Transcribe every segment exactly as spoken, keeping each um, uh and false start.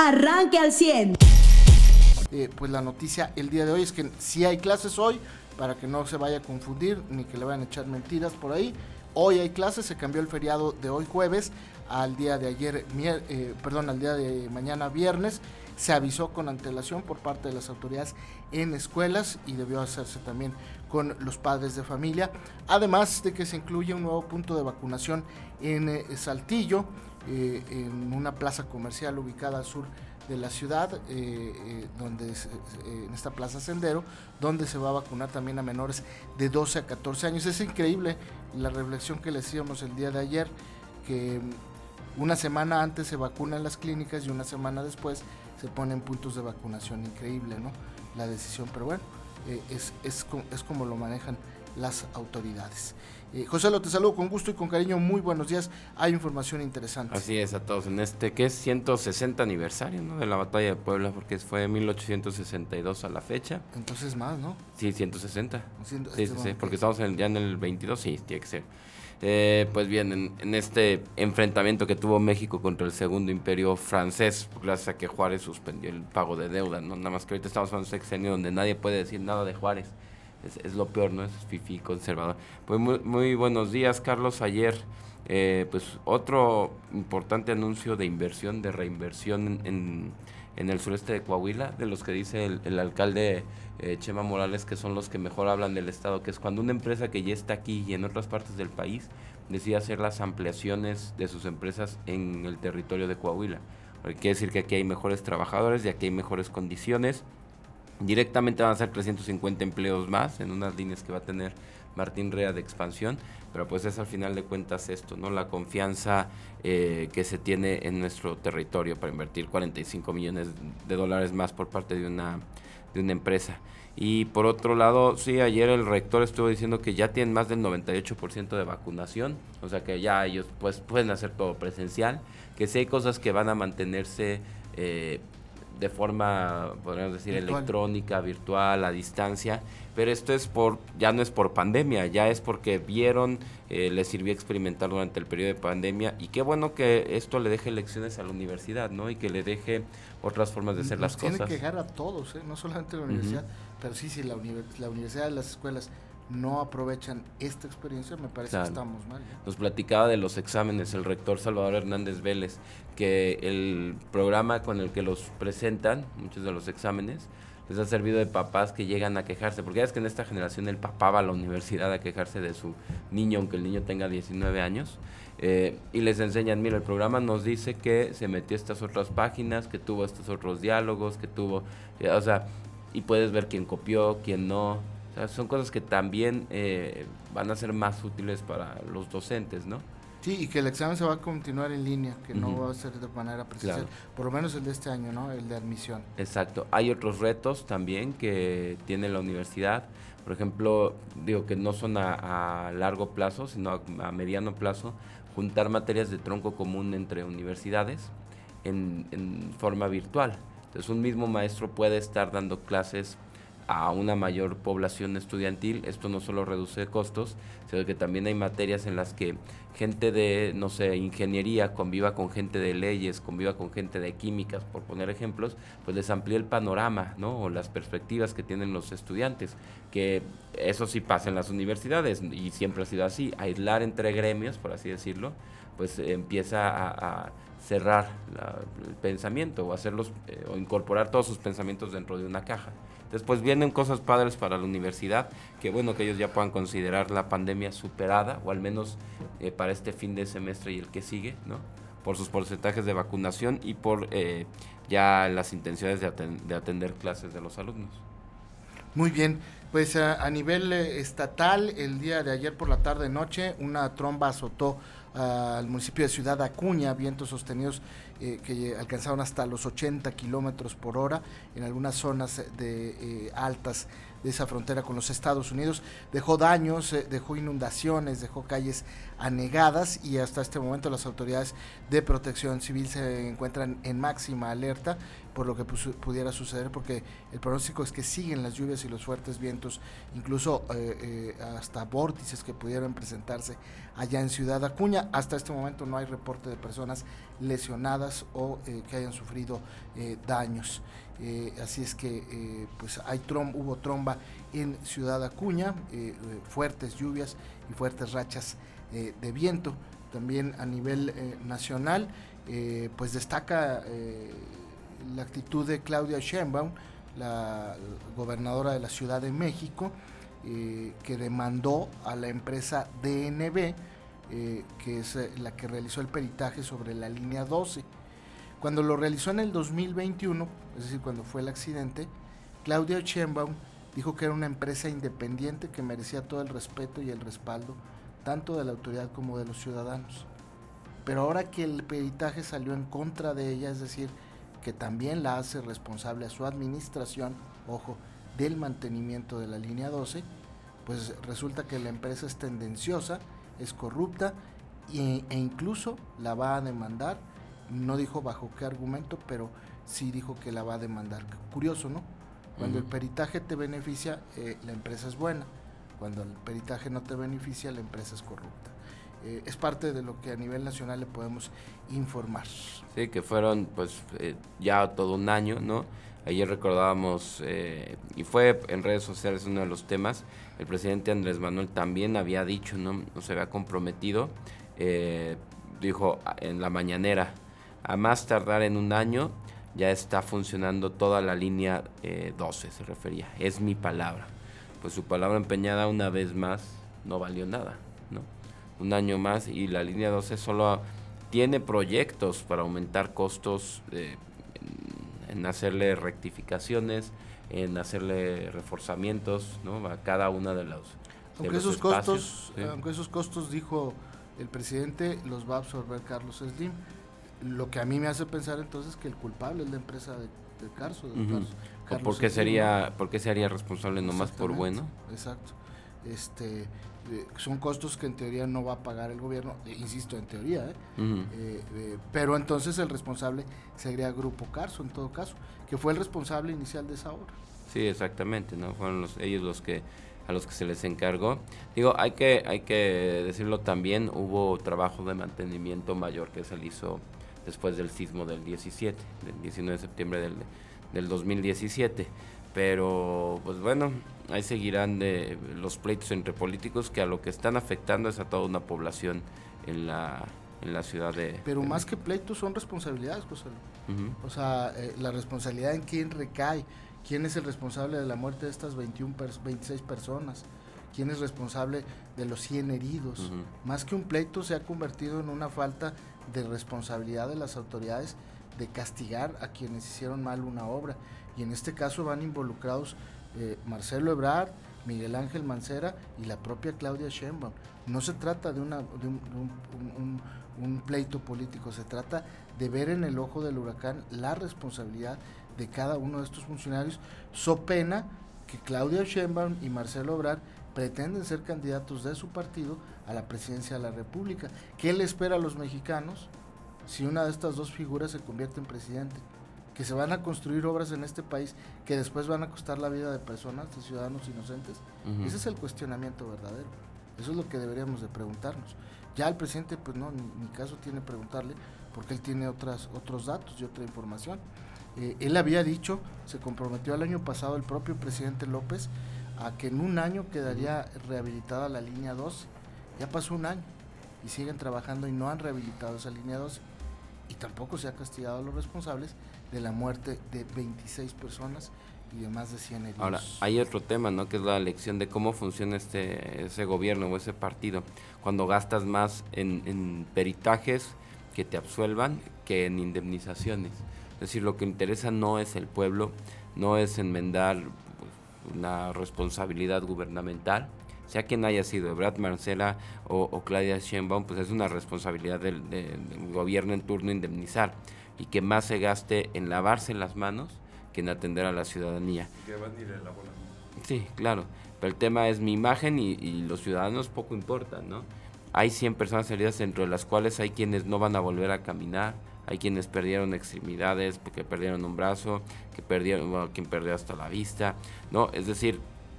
arranque al cien. Eh, pues la noticia el día de hoy es que sí hay clases hoy, para que no se vaya a confundir ni que le vayan a echar mentiras por ahí. Hoy hay clases, se cambió el feriado de hoy jueves al día de ayer, mier, eh, perdón, al día de mañana viernes. Se avisó con antelación por parte de las autoridades en escuelas y debió hacerse también con los padres de familia. Además de que se incluye un nuevo punto de vacunación en eh, Saltillo, eh, en una plaza comercial ubicada al sur de la ciudad, eh, eh, donde eh, en esta plaza Sendero, donde se va a vacunar también a menores de doce a catorce años. Es increíble la reflexión que le hacíamos el día de ayer, que una semana antes se vacuna en las clínicas y una semana después se ponen puntos de vacunación. Increíble, ¿no? La decisión, pero bueno, eh, es, es, es como lo manejan las autoridades. Eh, José, lo te saludo con gusto y con cariño, muy buenos días, hay información interesante. Así es, a todos, en este que es ciento sesenta aniversario, ¿no?, de la batalla de Puebla, porque fue mil ochocientos sesenta y dos a la fecha. Entonces más, ¿no? Sí, ciento sesenta. Ciento, sí, este sí, sí, okay. porque estamos en, ya en el veintidós, sí, tiene que ser. Eh, pues bien, en, en este enfrentamiento que tuvo México contra el segundo imperio francés, gracias a que Juárez suspendió el pago de deuda, ¿no? Nada más que ahorita estamos en un sexenio donde nadie puede decir nada de Juárez. Es, es lo peor, ¿no? Es fifí conservador. Pues muy, muy buenos días, Carlos. Ayer, eh, pues otro importante anuncio de inversión, de reinversión en, en, en el sureste de Coahuila, de los que dice el, el alcalde eh, Chema Morales, que son los que mejor hablan del estado, que es cuando una empresa que ya está aquí y en otras partes del país decide hacer las ampliaciones de sus empresas en el territorio de Coahuila. Porque quiere decir que aquí hay mejores trabajadores y aquí hay mejores condiciones. Directamente van a ser trescientos cincuenta empleos más en unas líneas que va a tener Martín Rea de expansión, pero pues es al final de cuentas esto, ¿no? La confianza eh, que se tiene en nuestro territorio para invertir cuarenta y cinco millones de dólares más por parte de una, de una empresa. Y por otro lado, sí, ayer el rector estuvo diciendo que ya tienen más del noventa y ocho por ciento de vacunación, o sea que ya ellos pues pueden hacer todo presencial, que sí hay cosas que van a mantenerse eh, de forma, podríamos decir, virtual, electrónica, virtual, a distancia, pero esto es por, ya no es por pandemia, ya es porque vieron, eh, les sirvió experimentar durante el periodo de pandemia, y qué bueno que esto le deje lecciones a la universidad, ¿no? Y que le deje otras formas de hacer Nos las tiene cosas. Tiene que llegar a todos, ¿eh? No solamente a la universidad, uh-huh. pero sí, si la, univers- la universidad y las escuelas no aprovechan esta experiencia, me parece claro. que estamos mal, ¿eh? Nos platicaba de los exámenes el rector Salvador Hernández Vélez, que el programa con el que los presentan, muchos de los exámenes, les ha servido de papás que llegan a quejarse, porque ya es que en esta generación el papá va a la universidad a quejarse de su niño, aunque el niño tenga diecinueve años, eh, y les enseñan, mira, el programa nos dice que se metió estas otras páginas, que tuvo estos otros diálogos, que tuvo, eh, o sea, y puedes ver quién copió, quién no. O sea, son cosas que también eh, van a ser más útiles para los docentes, ¿no? Sí, y que el examen se va a continuar en línea, que uh-huh. no va a ser de manera presencial, claro. por lo menos el de este año, ¿no? El de admisión. Exacto. Hay otros retos también que tiene la universidad, por ejemplo, digo que no son a, a largo plazo, sino a, a mediano plazo, juntar materias de tronco común entre universidades en, en forma virtual. Entonces, un mismo maestro puede estar dando clases a una mayor población estudiantil. Esto no solo reduce costos, sino que también hay materias en las que gente de, no sé, ingeniería conviva con gente de leyes, conviva con gente de químicas, por poner ejemplos, pues les amplía el panorama, ¿no? O las perspectivas que tienen los estudiantes, que eso sí pasa en las universidades y siempre ha sido así. Aislar entre gremios, por así decirlo, pues eh, empieza a, a cerrar la, el pensamiento o hacerlos eh, o incorporar todos sus pensamientos dentro de una caja. Después vienen cosas padres para la universidad, que bueno que ellos ya puedan considerar la pandemia superada, o al menos eh, para este fin de semestre y el que sigue, ¿no? Por sus porcentajes de vacunación y por eh, ya las intenciones de, aten- de atender clases de los alumnos. Muy bien, pues a, a nivel eh, estatal, el día de ayer por la tarde-noche, una tromba azotó uh, al municipio de Ciudad Acuña, vientos sostenidos eh, que alcanzaron hasta los ochenta kilómetros por hora en algunas zonas de eh, altas de esa frontera con los Estados Unidos. Dejó daños, eh, dejó inundaciones, dejó calles anegadas, y hasta este momento las autoridades de protección civil se encuentran en máxima alerta por lo que pudiera suceder, porque el pronóstico es que siguen las lluvias y los fuertes vientos eventos, incluso eh, eh, hasta vórtices que pudieran presentarse allá en Ciudad Acuña. Hasta este momento no hay reporte de personas lesionadas o eh, que hayan sufrido eh, daños. Eh, así es que eh, pues hay trom hubo tromba en Ciudad Acuña, eh, eh, fuertes lluvias y fuertes rachas eh, de viento. También a nivel eh, nacional, eh, pues destaca eh, la actitud de Claudia Sheinbaum, la gobernadora de la Ciudad de México, eh, que demandó a la empresa D N B, eh, que es eh, la que realizó el peritaje sobre la línea doce. Cuando lo realizó en el dos mil veintiuno, es decir, cuando fue el accidente, Claudia Sheinbaum dijo que era una empresa independiente que merecía todo el respeto y el respaldo tanto de la autoridad como de los ciudadanos. Pero ahora que el peritaje salió en contra de ella, es decir, que también la hace responsable a su administración, ojo, del mantenimiento de la línea doce, pues resulta que la empresa es tendenciosa, es corrupta e, e incluso la va a demandar. No dijo bajo qué argumento, pero sí dijo que la va a demandar. Curioso, ¿no? Cuando uh-huh. el peritaje te beneficia, eh, la empresa es buena. Cuando el peritaje no te beneficia, la empresa es corrupta. Eh, es parte de lo que a nivel nacional le podemos informar. Sí, que fueron pues eh, ya todo un año, ¿no? Ayer recordábamos, eh, y fue en redes sociales uno de los temas, el presidente Andrés Manuel también había dicho, ¿no? No se había comprometido, eh, dijo en la mañanera, a más tardar en un año ya está funcionando toda la línea eh, doce, se refería, es mi palabra. Pues su palabra empeñada una vez más no valió nada, ¿no? Un año más y la línea doce solo tiene proyectos para aumentar costos, eh, en, en hacerle rectificaciones, en hacerle reforzamientos, ¿no? A cada una de los, aunque de los esos espacios. Costos, ¿sí? Aunque esos costos, dijo el presidente, los va a absorber Carlos Slim. Lo que a mí me hace pensar entonces que el culpable es la empresa de, de Carso. De Uh-huh. Carlos, Carlos ¿O por qué, Slim, sería, ¿no? ¿Por qué sería responsable nomás por bueno? Exacto. Este, eh, son costos que en teoría no va a pagar el gobierno, eh, insisto, en teoría, ¿eh? Uh-huh. eh, eh, pero entonces el responsable sería Grupo Carso, en todo caso, que fue el responsable inicial de esa obra. Sí, exactamente, ¿no? Fueron los, ellos los que a los que se les encargó. Digo, hay que hay que decirlo también, hubo trabajo de mantenimiento mayor que se le hizo después del sismo del diecisiete, del diecinueve de septiembre del, del dos mil diecisiete. Pero, pues bueno, ahí seguirán de los pleitos entre políticos que a lo que están afectando es a toda una población en la, en la ciudad de... Pero de más México. Que pleitos son responsabilidades, José. Uh-huh. O sea, eh, la responsabilidad en quién recae, quién es el responsable de la muerte de estas veintiuna, veintiséis personas, quién es responsable de los cien heridos. Uh-huh. Más que un pleito se ha convertido en una falta de responsabilidad de las autoridades de castigar a quienes hicieron mal una obra. Y en este caso van involucrados eh, Marcelo Ebrard, Miguel Ángel Mancera y la propia Claudia Sheinbaum. No se trata de, una, de un, un, un, un pleito político, se trata de ver en el ojo del huracán la responsabilidad de cada uno de estos funcionarios, so pena que Claudia Sheinbaum y Marcelo Ebrard pretenden ser candidatos de su partido a la presidencia de la República. ¿Qué le espera a los mexicanos si una de estas dos figuras se convierte en presidente? Que se van a construir obras en este país que después van a costar la vida de personas, de ciudadanos inocentes. Uh-huh. Ese es el cuestionamiento verdadero. Eso es lo que deberíamos de preguntarnos. Ya el presidente, pues no, ni, ni caso tiene preguntarle, porque él tiene otras, otros datos y otra información. Eh, él había dicho, se comprometió el año pasado el propio presidente López a que en un año quedaría rehabilitada la línea doce. Ya pasó un año y siguen trabajando y no han rehabilitado esa línea doce. Y tampoco se ha castigado a los responsables de la muerte de veintiséis personas y de más de cien heridos. Ahora, hay otro tema, ¿no? Que es la lección de cómo funciona este ese gobierno o ese partido. Cuando gastas más en, en peritajes que te absuelvan que en indemnizaciones. Es decir, lo que interesa no es el pueblo, no es enmendar pues, una responsabilidad gubernamental, sea quien haya sido, Ebrard, Marcela o, o Claudia Sheinbaum, pues es una responsabilidad del, de, del gobierno en turno indemnizar, y que más se gaste en lavarse las manos que en atender a la ciudadanía. Que van a ir a lavar. Sí, claro, pero el tema es mi imagen y, y los ciudadanos poco importan, ¿no? Hay cien personas heridas, entre las cuales hay quienes no van a volver a caminar, hay quienes perdieron extremidades, que perdieron un brazo, que perdieron, bueno, quien perdió hasta la vista, ¿no? Es decir,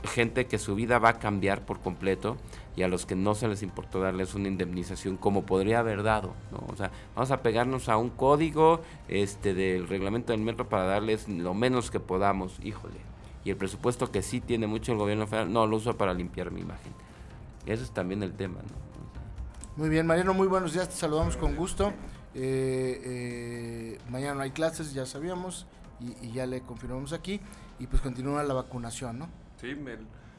gente que su vida va a cambiar por completo y a los que no se les importó darles una indemnización como podría haber dado, ¿no? O sea, vamos a pegarnos a un código este del reglamento del metro para darles lo menos que podamos, híjole. Y el presupuesto que sí tiene mucho el gobierno federal, no, lo uso para limpiar mi imagen. Eso es también el tema, ¿no? O sea, muy bien, Mariano, muy buenos días, te saludamos con gusto. Eh, eh, mañana no hay clases, ya sabíamos, y, y ya le confirmamos aquí, y pues continúa la vacunación, ¿no? Sí, el,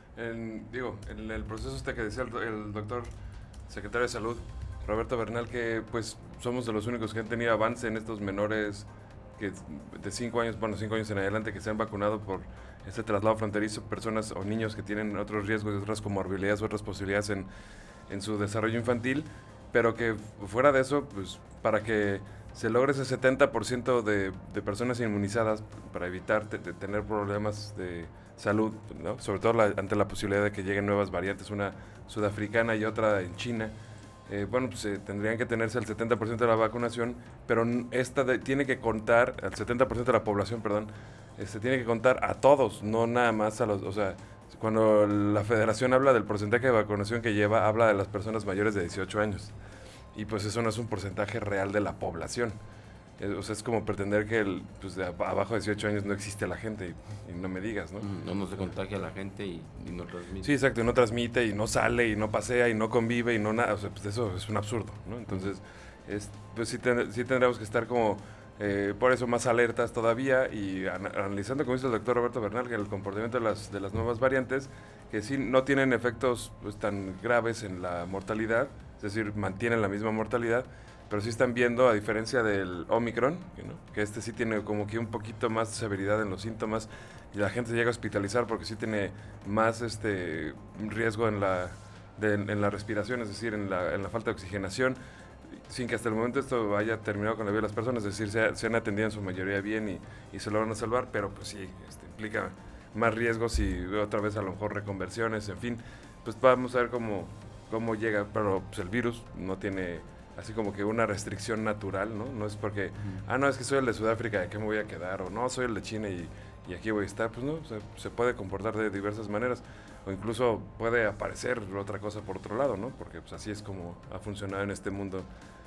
en, digo, en el proceso este que decía el, el doctor secretario de Salud, Roberto Bernal, que pues somos de los únicos que han tenido avance en estos menores que de cinco años, bueno, cinco años en adelante, que se han vacunado por este traslado fronterizo, personas o niños que tienen otros riesgos, otras comorbilidades, otras posibilidades en, en su desarrollo infantil, pero que fuera de eso, pues para que se logre ese setenta por ciento de, de personas inmunizadas para evitar te, de tener problemas de salud, ¿no? Sobre todo la, ante la posibilidad de que lleguen nuevas variantes, una sudafricana y otra en China. Eh, bueno, pues eh, tendrían que tenerse el setenta por ciento de la vacunación, pero esta de, tiene que contar, el setenta por ciento de la población, perdón, este, tiene que contar a todos, no nada más a los, o sea, cuando la federación habla del porcentaje de vacunación que lleva, habla de las personas mayores de dieciocho años, y pues eso no es un porcentaje real de la población. Eh, o sea, es como pretender que el, pues de abajo de dieciocho años no existe la gente, y, y no me digas, ¿no? no, no se contagia a la gente y, y no transmite. Sí, exacto, y no transmite, y no sale, y no pasea, y no convive, y no nada, o sea, pues eso es un absurdo, ¿no? Entonces, es, pues sí, ten, sí tendremos que estar como, eh, por eso más alertas todavía, y an analizando, como dice el doctor Roberto Bernal, que el comportamiento de las, de las nuevas variantes, que sí no tienen efectos pues, tan graves en la mortalidad, es decir, mantienen la misma mortalidad, pero sí están viendo, a diferencia del Omicron, ¿no? Que este sí tiene como que un poquito más de severidad en los síntomas, y la gente se llega a hospitalizar porque sí tiene más este riesgo en la, de, en la respiración, es decir, en la, en la falta de oxigenación, sin que hasta el momento esto haya terminado con la vida de las personas, es decir, se, se han atendido en su mayoría bien y, y se lo van a salvar, pero pues sí, este, implica más riesgos y otra vez a lo mejor reconversiones, en fin, pues vamos a ver cómo, cómo llega, pero pues el virus no tiene así como que una restricción natural, ¿no? No es porque, uh-huh. ah, no, es que soy el de Sudáfrica, ¿de qué me voy a quedar? O no, soy el de China y, y aquí voy a estar. Pues no, o sea, se puede comportar de diversas maneras. O incluso puede aparecer otra cosa por otro lado, ¿no? Porque pues así es como ha funcionado en este mundo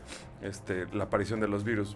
este, la aparición de los virus.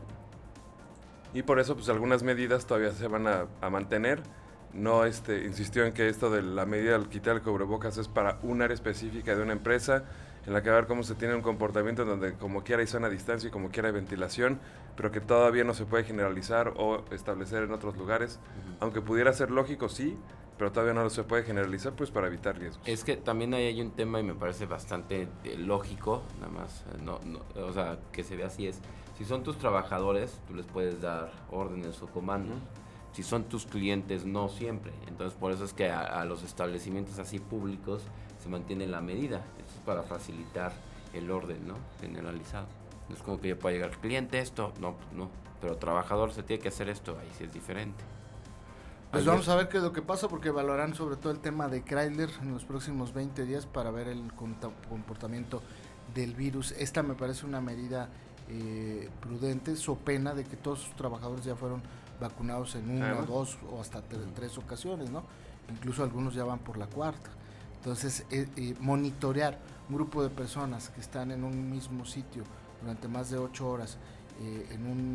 Y por eso, pues algunas medidas todavía se van a, a mantener. No este, insistió en que esto de la medida al quitar el cubrebocas es para un área específica de una empresa, en la que va a ver cómo se tiene un comportamiento en donde como quiera hay sana distancia y como quiera hay ventilación, pero que todavía no se puede generalizar o establecer en otros lugares, uh-huh. Aunque pudiera ser lógico, sí, pero todavía no se puede generalizar pues para evitar riesgos. Es que también ahí hay un tema y me parece bastante eh, lógico, nada más, no, no, o sea, que se ve así es, si son tus trabajadores, tú les puedes dar órdenes o comandos, uh-huh. Si son tus clientes, no siempre, entonces por eso es que a, a los establecimientos así públicos se mantiene la medida, esto es para facilitar el orden, ¿no? Generalizado. No es como que yo pueda llegar, cliente esto, no, no, pero trabajador se tiene que hacer esto, ahí sí es diferente. Pues vamos a ver qué es lo que pasa, porque evaluarán sobre todo el tema de Chrysler en los próximos veinte días para ver el comportamiento del virus. Esta me parece una medida eh, prudente, so pena de que todos sus trabajadores ya fueron vacunados en una, ¿Ah? dos o hasta tres, tres ocasiones, ¿no? Incluso algunos ya van por la cuarta. Entonces, eh, eh, monitorear un grupo de personas que están en un mismo sitio durante más de ocho horas, eh, en un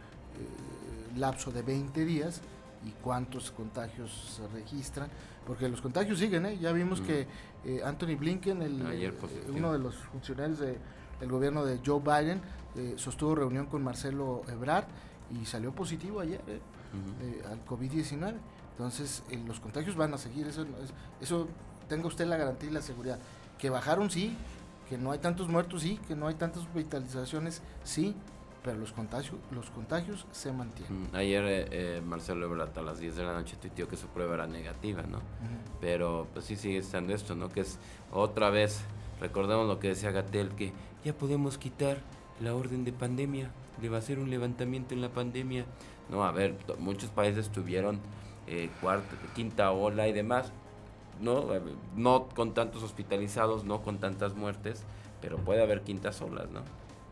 eh, lapso de veinte días, y cuántos contagios se registran, porque los contagios siguen, ¿eh? Ya vimos mm. que eh, Anthony Blinken, el, Ayer, pues, eh, uno de los funcionarios de, del gobierno de Joe Biden, eh, sostuvo reunión con Marcelo Ebrard y salió positivo ayer eh, uh-huh. eh, al COVID diecinueve. Entonces, eh, los contagios van a seguir, eso, eso tenga usted la garantía y la seguridad. Que bajaron, sí, que no hay tantos muertos, sí, que no hay tantas hospitalizaciones, sí, pero los contagios, los contagios se mantienen. Mm, ayer eh, eh, Marcelo Ebrard a las diez de la noche tuiteó que su prueba era negativa, ¿no? Uh-huh. Pero pues sí sigue estando esto, ¿no? Que es otra vez, recordemos lo que decía Gatell, que ya podemos quitar la orden de pandemia, le va a hacer un levantamiento en la pandemia. No, a ver, t- muchos países tuvieron eh, cuarta, quinta ola y demás, no, no con tantos hospitalizados, no con tantas muertes, pero puede haber quintas olas, ¿no?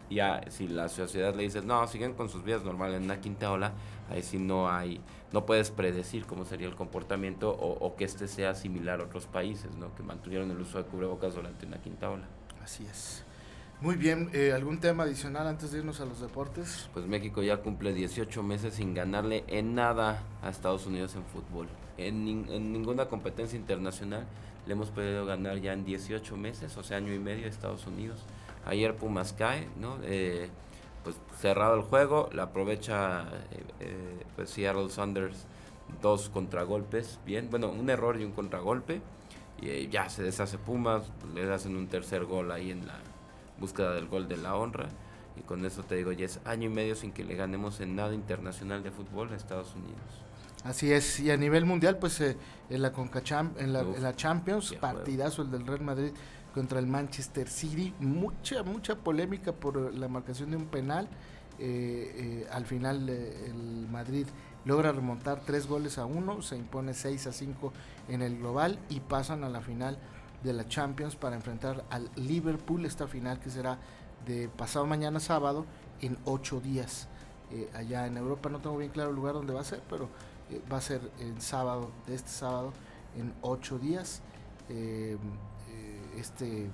Ya, si la sociedad le dice, no, siguen con sus vidas normales en una quinta ola, ahí sí no hay, no puedes predecir cómo sería el comportamiento o, o que este sea similar a otros países, ¿no? Que mantuvieron el uso de cubrebocas durante una quinta ola. Así es. Muy bien, eh, ¿algún tema adicional antes de irnos a los deportes? Pues México ya cumple dieciocho meses sin ganarle en nada a Estados Unidos en fútbol. En, nin- en ninguna competencia internacional le hemos podido ganar ya en dieciocho meses, o sea, año y medio a Estados Unidos. Ayer Pumas cae, ¿no? Eh, pues cerrado el juego, la aprovecha eh, eh, pues Seattle Sounders, dos contragolpes, bien, bueno, un error y un contragolpe, y eh, ya se deshace Pumas, le hacen un tercer gol ahí en la búsqueda del gol de la honra, y con eso te digo, ya es año y medio sin que le ganemos en nada internacional de fútbol a Estados Unidos. Así es, y a nivel mundial, pues eh, en la Concacham, en la, Uf, en la Champions, qué partidazo el del Real Madrid contra el Manchester City, mucha, mucha polémica por la marcación de un penal, eh, eh, al final eh, el Madrid logra remontar tres goles a uno, se impone seis a cinco en el global y pasan a la final de la Champions para enfrentar al Liverpool, esta final que será de pasado mañana sábado en ocho días, eh, allá en Europa. No tengo bien claro el lugar donde va a ser, pero eh, va a ser el sábado, de este sábado en ocho días, eh, eh, este eh,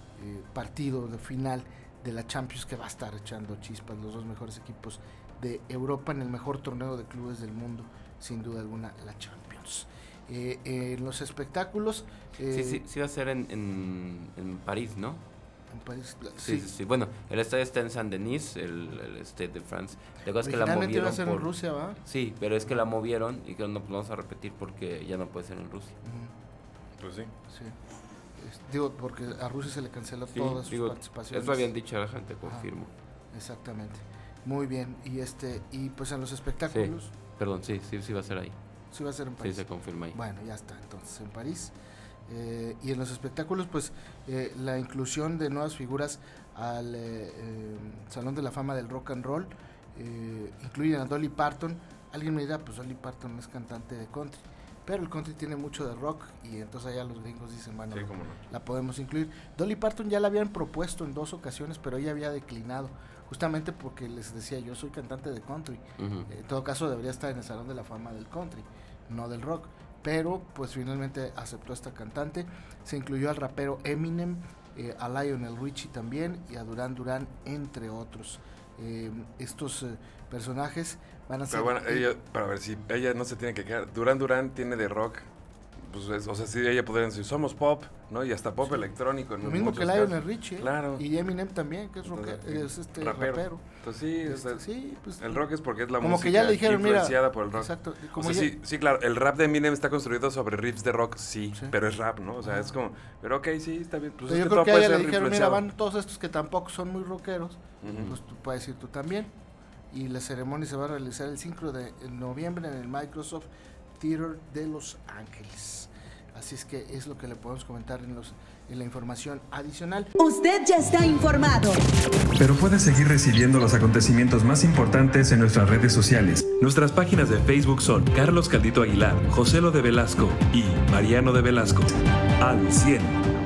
partido de final de la Champions, que va a estar echando chispas los dos mejores equipos de Europa en el mejor torneo de clubes del mundo, sin duda alguna, la Champions. Eh, eh, en los espectáculos, eh, Sí, sí, sí va a ser en, en, en París, ¿no? en París, la- Sí, sí. sí, sí. Bueno, el estadio está en Saint-Denis, el, el Stade de France. ¿Te acuerdas que la Originalmente iba movieron a ser por... en Rusia, ¿va? Sí, pero es que la movieron y que no pues vamos a repetir porque ya no puede ser en Rusia. Ujú, Pues sí. sí. Es- digo, porque a Rusia se le canceló Sí, todas sus digo, participaciones. eso habían dicho la gente, confirmo. Exactamente. Muy bien. Y este y pues en los espectáculos, Sí, perdón, sí, sí, sí va a ser ahí. sí va a ser en Sí, París. se confirma ahí. Bueno, ya está, entonces en París. Eh, y en los espectáculos, pues eh, la inclusión de nuevas figuras al eh, eh, Salón de la Fama del Rock and Roll, eh, incluyen a Dolly Parton. Alguien me dirá, pues Dolly Parton es cantante de country, pero el country tiene mucho de rock y entonces allá los gringos dicen, bueno, Sí, cómo no. la podemos incluir. Dolly Parton ya la habían propuesto en dos ocasiones, pero ella había declinado, justamente porque les decía, yo soy cantante de country. Ujú. En todo caso debería estar en el Salón de la Fama del Country, no del rock. Pero pues finalmente aceptó esta cantante. Se incluyó al rapero Eminem, eh, a Lionel Richie también y a Duran Duran, entre otros. Eh, estos eh, personajes van a ser... Pero bueno, eh, ella, para ver si ella no se tiene que quedar. Duran Duran tiene de rock. Pues es- o sea, sí, ella podría decir, somos pop, ¿no? Y hasta pop Sí. electrónico. en lo mismo que muchos Lionel casos. Richie, ¿eh? Claro. Y Eminem también, que es, roque- Entonces, es este rapero. rapero. Entonces sí, o sea, Este, sí, pues, el rock es porque es la como música que ya le dijeron, mira, influenciada por el rock. exacto, O como sea, ya- sí, sí, claro, el rap de Eminem está construido sobre riffs de rock, sí, Sí. pero es rap, ¿no? O sea, Ajá. es como, pero ok, sí, está bien. Pues Pero es yo que creo todo que a puede ella le ser dijeron, mira, influenciado. van todos estos que tampoco son muy rockeros, Ujú. pues tú puedes ir tú también. Y la ceremonia se va a realizar el cinco de noviembre en el Microsoft Theater de Los Ángeles. Así es que es lo que le podemos comentar en, los, en la información adicional. Usted ya está informado. Pero puedes seguir recibiendo los acontecimientos más importantes en nuestras redes sociales. Nuestras páginas de Facebook son Carlos Caldito Aguilar, José Lo de Velasco y Mariano de Velasco. Al cien.